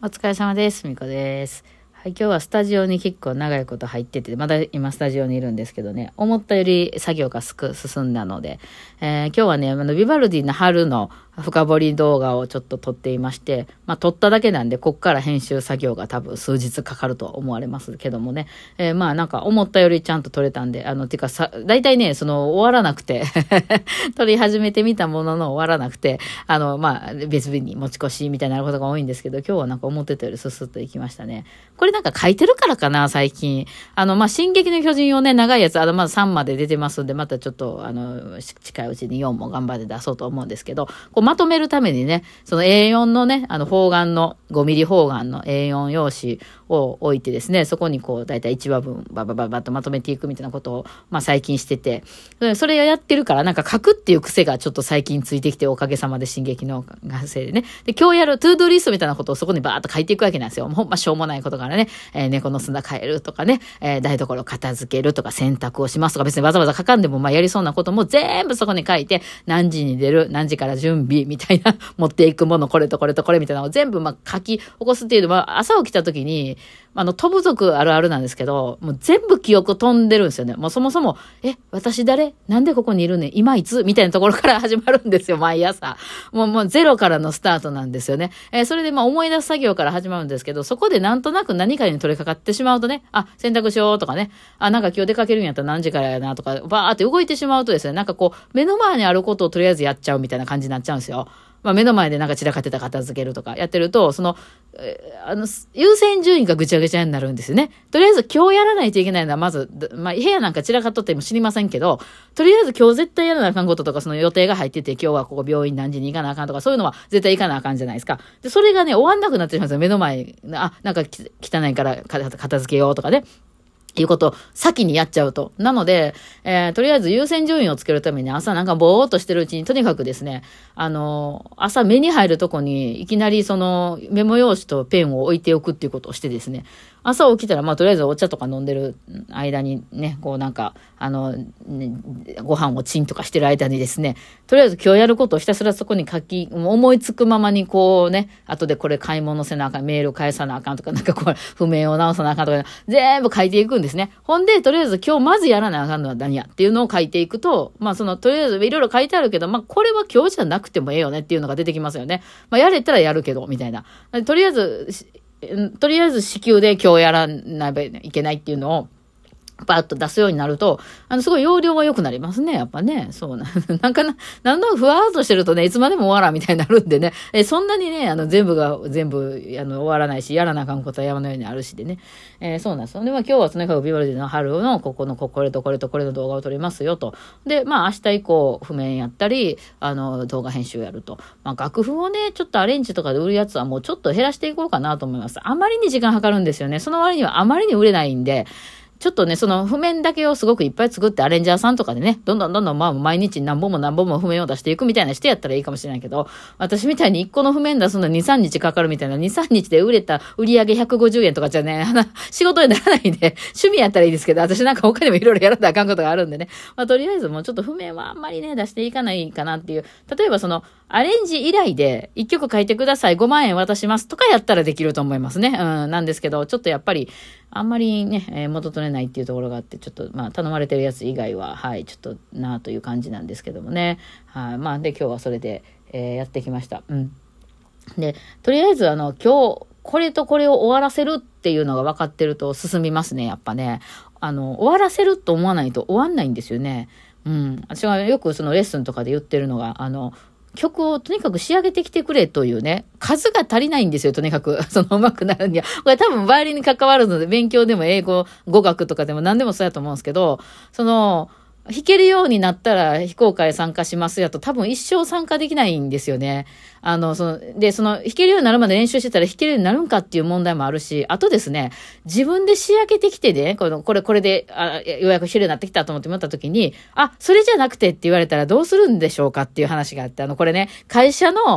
お疲れ様です。みこです。はい、今日はスタジオに結構長いこと入ってて、まだ今スタジオにいるんですけどね、思ったより作業が進んだので、今日はね、ビバルディの春の深掘り動画をちょっと撮っていまして、撮っただけなんで、こっから編集作業が多分数日かかると思われますけどもね、なんか思ったよりちゃんと撮れたんで、てかだいたいね、終わらなくて、撮り始めてみたものの終わらなくて、別日に持ち越しみたいになることが多いんですけど、今日はなんか思ってたよりスッといきましたね。これなんか書いてるからかな、最近。進撃の巨人をね、長いやつ、まだ3まで出てますんで、またちょっと、近いうちに4も頑張って出そうと思うんですけど、こうまとめるためにね、その A4 のね、方眼の、5ミリ方眼の A4 用紙を置いてですね、そこにこう、だいたい1話分、バッとまとめていくみたいなことを、最近してて、それをやってるから、なんか書くっていう癖がちょっと最近ついてきて、おかげさまで進撃のせいでね。で、今日やるトゥードゥーリストみたいなことをそこにバーっと書いていくわけなんですよ。ほんましょうもないことからね、猫の砂変えるとかね、台所片付けるとか洗濯をしますとか、別にわざわざ書かんでもやりそうなことも全部そこに書いて、何時に出る、何時から準備みたいな、持っていくもの、これとこれとこれみたいなのを全部書き起こすっていうのは、朝起きた時に、飛ぶ族あるあるなんですけど、もう全部記憶飛んでるんですよね。もうそもそも、私誰？なんでここにいるね？今いつ？みたいなところから始まるんですよ、毎朝。もうゼロからのスタートなんですよね。それで思い出す作業から始まるんですけど、そこでなんとなく何かに取り掛かってしまうとね、洗濯しようとかね、なんか今日出かけるんやったら何時からやなとか、バーって動いてしまうとですね、なんかこう、目の前にあることをとりあえずやっちゃうみたいな感じになっちゃうんですよ。目の前でなんか散らかってた片付けるとかやってると、優先順位がぐちゃぐちゃになるんですよね。とりあえず今日やらないといけないのはまず、部屋なんか散らかっとっても知りませんけど、とりあえず今日絶対やらなあかんこととか、その予定が入ってて、今日はここ病院何時に行かなあかんとか、そういうのは絶対行かなあかんじゃないですか。で、それがね、終わんなくなってしまうんですよ。目の前、なんか汚いから片付けようとかね。いうことを先にやっちゃうと。なので、とりあえず優先順位をつけるために朝なんかぼーっとしてるうちにとにかくですね、朝目に入るとこにいきなりそのメモ用紙とペンを置いておくっていうことをしてですね、朝起きたらとりあえずお茶とか飲んでる間にね、こうなんか、ご飯をチンとかしてる間にですね、とりあえず今日やることをひたすらそこに思いつくままにこうね、後でこれ買い物せなあかん、メール返さなあかんとか、なんかこれ譜面を直さなあかんとか、全部書いていくんですね。ほんで、とりあえず今日まずやらなあかんのは何やっていうのを書いていくと、とりあえずいろいろ書いてあるけど、これは今日じゃなくてもええよねっていうのが出てきますよね。やれたらやるけど、みたいな。とりあえず支給で今日やらないといけないっていうのを、バーッと出すようになると、すごい容量が良くなりますね、やっぱね。そうなんだふわーっとしてるとね、いつまでも終わらんみたいになるんでね。そんなにね、全部終わらないし、やらなあかんことは山のようにあるしでね。そうなんですよ。で、今日はとにかくビバルディの春のこれとこれとこれの動画を撮りますよと。で、明日以降、譜面やったり、動画編集やると。楽譜をね、ちょっとアレンジとかで売るやつはもうちょっと減らしていこうかなと思います。あまりに時間かかるんですよね。その割にはあまりに売れないんで、ちょっとね、その譜面だけをすごくいっぱい作ってアレンジャーさんとかでね、どんどん毎日何本も譜面を出していくみたいなしてやったらいいかもしれないけど、私みたいに1個の譜面出すのに2、3日かかるみたいな、2、3日で売り上げ150円とかじゃね、仕事にならないんで、趣味やったらいいですけど、私なんか他にもいろいろやらなあかんことがあるんでね。とりあえずもうちょっと譜面はあんまりね、出していかないかなっていう。例えばアレンジ依頼で1曲書いてください、5万円渡しますとかやったらできると思いますね。なんですけど、ちょっとやっぱり、あんまりね、元取れないっていうところがあって、ちょっと頼まれてるやつ以外は、はい、ちょっとなという感じなんですけどもね。はい、で、今日はそれで、やってきました。で、とりあえず今日、これとこれを終わらせるっていうのが分かってると進みますね、やっぱね。終わらせると思わないと終わんないんですよね。私はよくレッスンとかで言ってるのが、曲をとにかく仕上げてきてくれというね、数が足りないんですよ、とにかく。上手くなるには。これ多分バイオリンに関わるので、勉強でも英語、語学とかでも何でもそうやと思うんですけど、弾けるようになったら非公開参加しますやと多分一生参加できないんですよね。弾けるようになるまで練習してたら弾けるようになるんかっていう問題もあるし、あとですね、自分で仕上げてきてね、これで、ようやく弾けるようになってきたと思って思った時に、それじゃなくてって言われたらどうするんでしょうかっていう話があって、これね、会社の、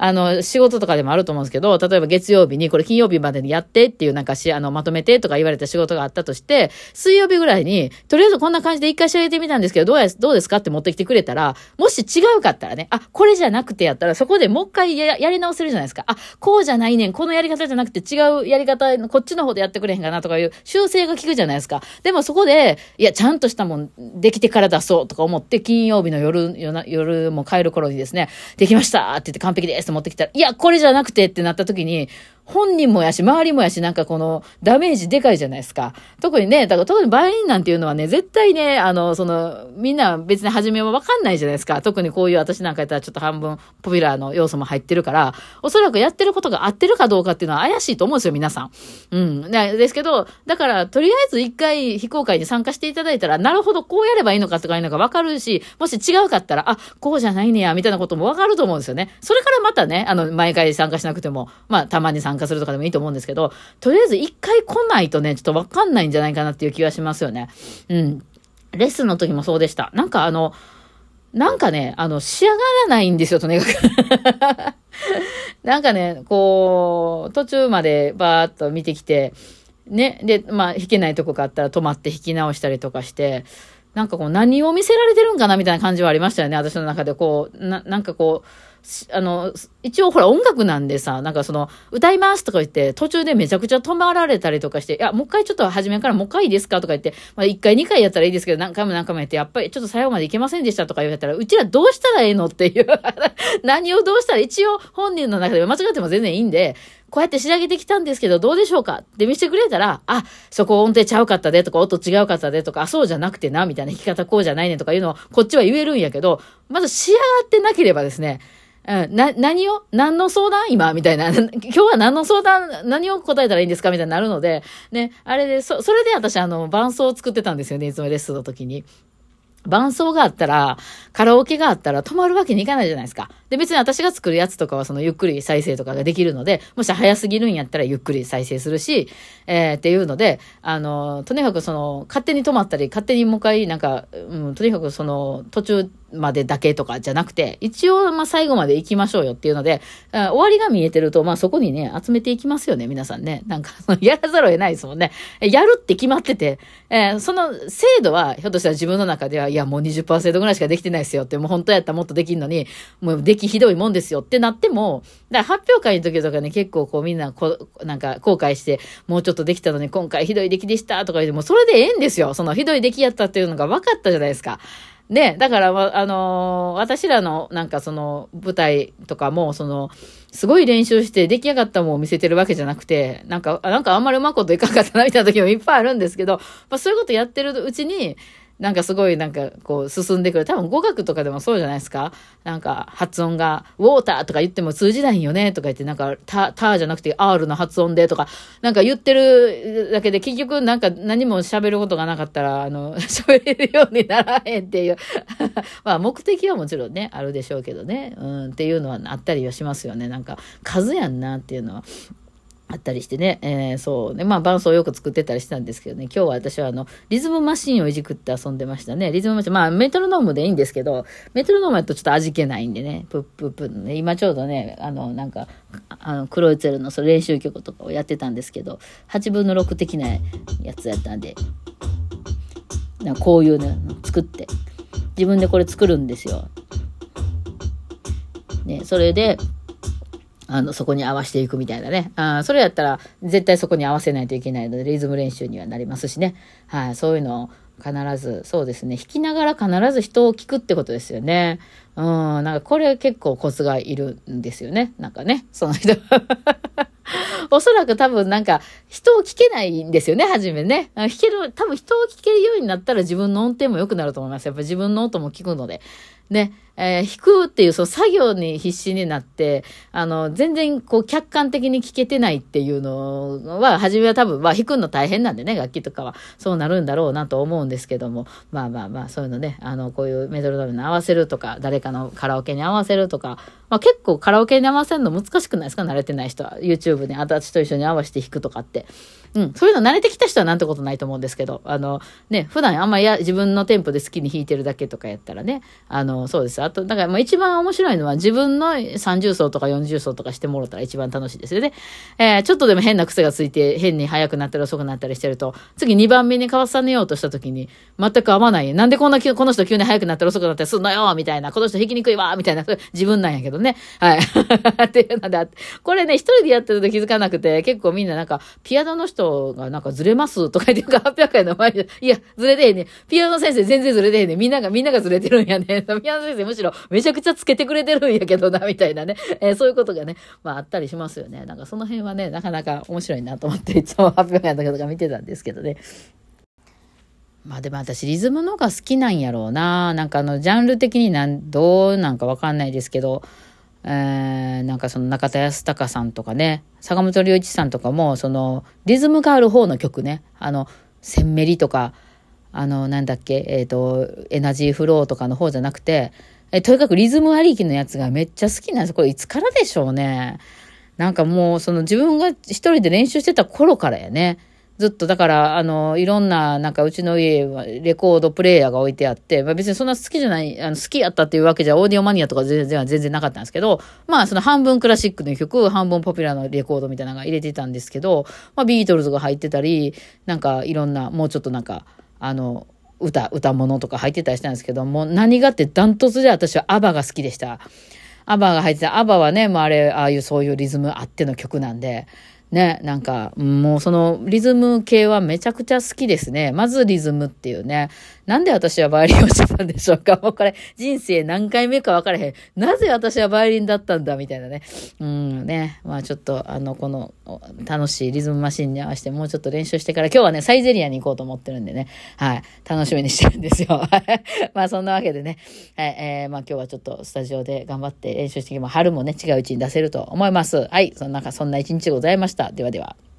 仕事とかでもあると思うんですけど、例えば月曜日にこれ金曜日までにやってっていうなんかまとめてとか言われた仕事があったとして、水曜日ぐらいに、とりあえずこんな感じで一回仕上げてみたんですけど、どうですかって持ってきてくれたら、もし違うかったらね、これじゃなくてやったら、そこでもう一回やり直せるじゃないですか。こうじゃないねん、このやり方じゃなくて違うやり方、こっちの方でやってくれへんかなとかいう修正が効くじゃないですか。でもそこで、いや、ちゃんとしたもん、できてから出そうとか思って、金曜日の夜も帰る頃にですね、できましたって言って完璧ですって持ってきたら、いや、これじゃなくてってなった時に、本人もやし、周りもやし、なんかこのダメージでかいじゃないですか。特にね、だから特にバイオリンなんていうのはね、絶対ね、みんな別に初めはわかんないじゃないですか。特にこういう私なんかやったらちょっと半分ポピュラーの要素も入ってるから、おそらくやってることが合ってるかどうかっていうのは怪しいと思うんですよ、皆さん。うん。ですけど、だから、とりあえず一回非公開に参加していただいたら、なるほど、こうやればいいのかとかいうのがわかるし、もし違うかったら、こうじゃないねや、みたいなこともわかると思うんですよね。それからまたね、毎回参加しなくても、たまに参加するとかでもいいと思うんですけど、とりあえず一回来ないとね、ちょっとわかんないんじゃないかなっていう気がしますよね。うん。レッスンの時もそうでした。なんかね、仕上がらないんですよ、とにかく。なんかね、こう、途中までバーっと見てきて、ね、で、弾けないとこがあったら止まって弾き直したりとかして、なんかこう何を見せられてるんかなみたいな感じはありましたよね、私の中でこう、なんかこう、一応ほら音楽なんでさ、なんか歌いますとか言って、途中でめちゃくちゃ止まられたりとかして、いや、もう一回ちょっと初めからもう一回いいですかとか言って、一回二回やったらいいですけど、何回も何回もやって、やっぱりちょっと最後までいけませんでしたとか言われたら、うちらどうしたらええのっていう、何をどうしたら、一応本人の中で間違っても全然いいんで、こうやって仕上げてきたんですけど、どうでしょうかって見せてくれたら、そこ音程ちゃうかったでとか、音違うかったでとか、そうじゃなくてな、みたいな弾き方こうじゃないねとかいうのを、こっちは言えるんやけど、まず仕上がってなければですね、何の相談今みたいな。今日は何の相談、何を答えたらいいんですかみたいになるので、ね、あれで、それで私伴奏を作ってたんですよね、いつもレッスンの時に。伴奏があったら、カラオケがあったら止まるわけにいかないじゃないですか。で、別に私が作るやつとかはゆっくり再生とかができるので、もし早すぎるんやったらゆっくり再生するし、っていうので、とにかく勝手に止まったり、勝手にもう一回とにかく途中までだけとかじゃなくて、一応最後まで行きましょうよっていうので、終わりが見えてると、そこにね、集めていきますよね、皆さんね。なんか、やらざるを得ないですもんね。やるって決まってて、その精度は、ひょっとしたら自分の中では、いや、もう 20% ぐらいしかできてないですよって、もう本当やったらもっとできんのに、もうひどいもんですよってなっても、だから発表会の時とかね、結構みんななんか後悔して、もうちょっとできたのに今回ひどい出来でしたとか言って、もうそれでええんですよ。ひどい出来やったっていうのが分かったじゃないですか。で、だから、私らの舞台とかも、すごい練習して出来上がったものを見せてるわけじゃなくて、なんかあんまりうまいこといかんかったなみたいな時もいっぱいあるんですけど、そういうことやってるうちに、すごい進んでくる。多分語学とかでもそうじゃないですか。発音が、ウォーターとか言っても通じないよねとか言って、タじゃなくて R の発音でとか、言ってるだけで結局何も喋ることがなかったら、喋れるようにならへんっていう。目的はもちろんね、あるでしょうけどね。っていうのはあったりはしますよね。数やんなっていうのは。あったりしてね、そうね、伴奏をよく作ってたりしたんですけどね、今日は私はリズムマシンをいじくって遊んでましたね。リズムマシン、メトロノームでいいんですけど、メトロノームだとちょっと味気ないんでね、プップップッね、今ちょうどね、クロイツェルの練習曲とかをやってたんですけど、8分の6的なやつやったんで、こういうの作って、自分でこれ作るんですよ。ね、それで、そこに合わせていくみたいなね。それやったら絶対そこに合わせないといけないので、リズム練習にはなりますしね。はい、そういうのを必ず、そうですね。弾きながら必ず人を聞くってことですよね。これ結構コツがいるんですよね。その人。おそらく多分人を聞けないんですよね、初めね。多分人を聞けるようになったら自分の音程も良くなると思います。やっぱり自分の音も聞くので。ね。弾くっていう作業に必死になって、全然客観的に聞けてないっていうのは、初めは多分、弾くの大変なんでね、楽器とかはそうなるんだろうなと思うんですけども、そういうのね、こういうメトロノームに合わせるとか、誰かのカラオケに合わせるとか、結構カラオケに合わせるの難しくないですか？慣れてない人は。YouTube に私と一緒に合わせて弾くとかって。そういうの慣れてきた人はなんてことないと思うんですけど、普段あんまり自分のテンポで好きに弾いてるだけとかやったらね、そうです。 よ。あと、だからまあ一番面白いのは自分の30層とか40層とかしてもらったら一番楽しいですよね。ちょっとでも変な癖がついて、変に早くなったり遅くなったりしてると、次2番目に重ねようとした時に、全く合わない。なんでこの人急に早くなったり遅くなったりすんのよみたいな。この人弾きにくいわみたいな。自分なんやけどね。はい。っていうので、これね、一人でやってると気づかなくて、結構みんななんか、ピアノの人がなんかずれますとか言って、800円の前に、いや、ずれてへんねん。ピアノの先生全然ずれてへんねん。みんながずれてるんやね。ピアノ先生むしろめちゃくちゃつけてくれてるんやけどな、みたいなね。そういうことがね、まああったりしますよね。なんかその辺はね、なかなか面白いなと思って、いつも800円とか見てたんですけどね。まあでも私リズムの方が好きなんやろうな。なんかジャンル的にどうなんかわかんないですけど、なんかその中田泰孝さんとかね、坂本龍一さんとかも、そのリズムがある方の曲ね、センメリとか、なんだっけ、エナジーフローとかの方じゃなくて、とにかくリズムありきのやつがめっちゃ好きなんです。これいつからでしょうね。なんかもうその自分が一人で練習してた頃からやね。ずっとだからいろんななんかうちの家はレコードプレイヤーが置いてあって、まあ、別にそんな好きじゃない好きやったっていうわけじゃオーディオマニアとか全然なかったんですけど、まあその半分クラシックの曲半分ポピュラーのレコードみたいなのが入れてたんですけど、まあビートルズが入ってたりなんかいろんなもうちょっとなんか歌物とか入ってたりしたんですけども、何がってダントツで私はアバが好きでした。アバが入ってた。アバはね、もうああいうそういうリズムあっての曲なんで、ね、なんか、もうそのリズム系はめちゃくちゃ好きですね。まずリズムっていうね。なんで私はバイオリンをしてたんでしょうか。もうこれ人生何回目か分からへん。なぜ私はバイオリンだったんだみたいなね。ね。まあちょっとこの楽しいリズムマシンに合わせてもうちょっと練習してから今日はね、サイゼリアに行こうと思ってるんでね。はい。楽しみにしてるんですよ。まあそんなわけでね。はい。まあ今日はちょっとスタジオで頑張って練習してきます。春もね、違ううちに出せると思います。はい。そんな一日でございました。ではでは。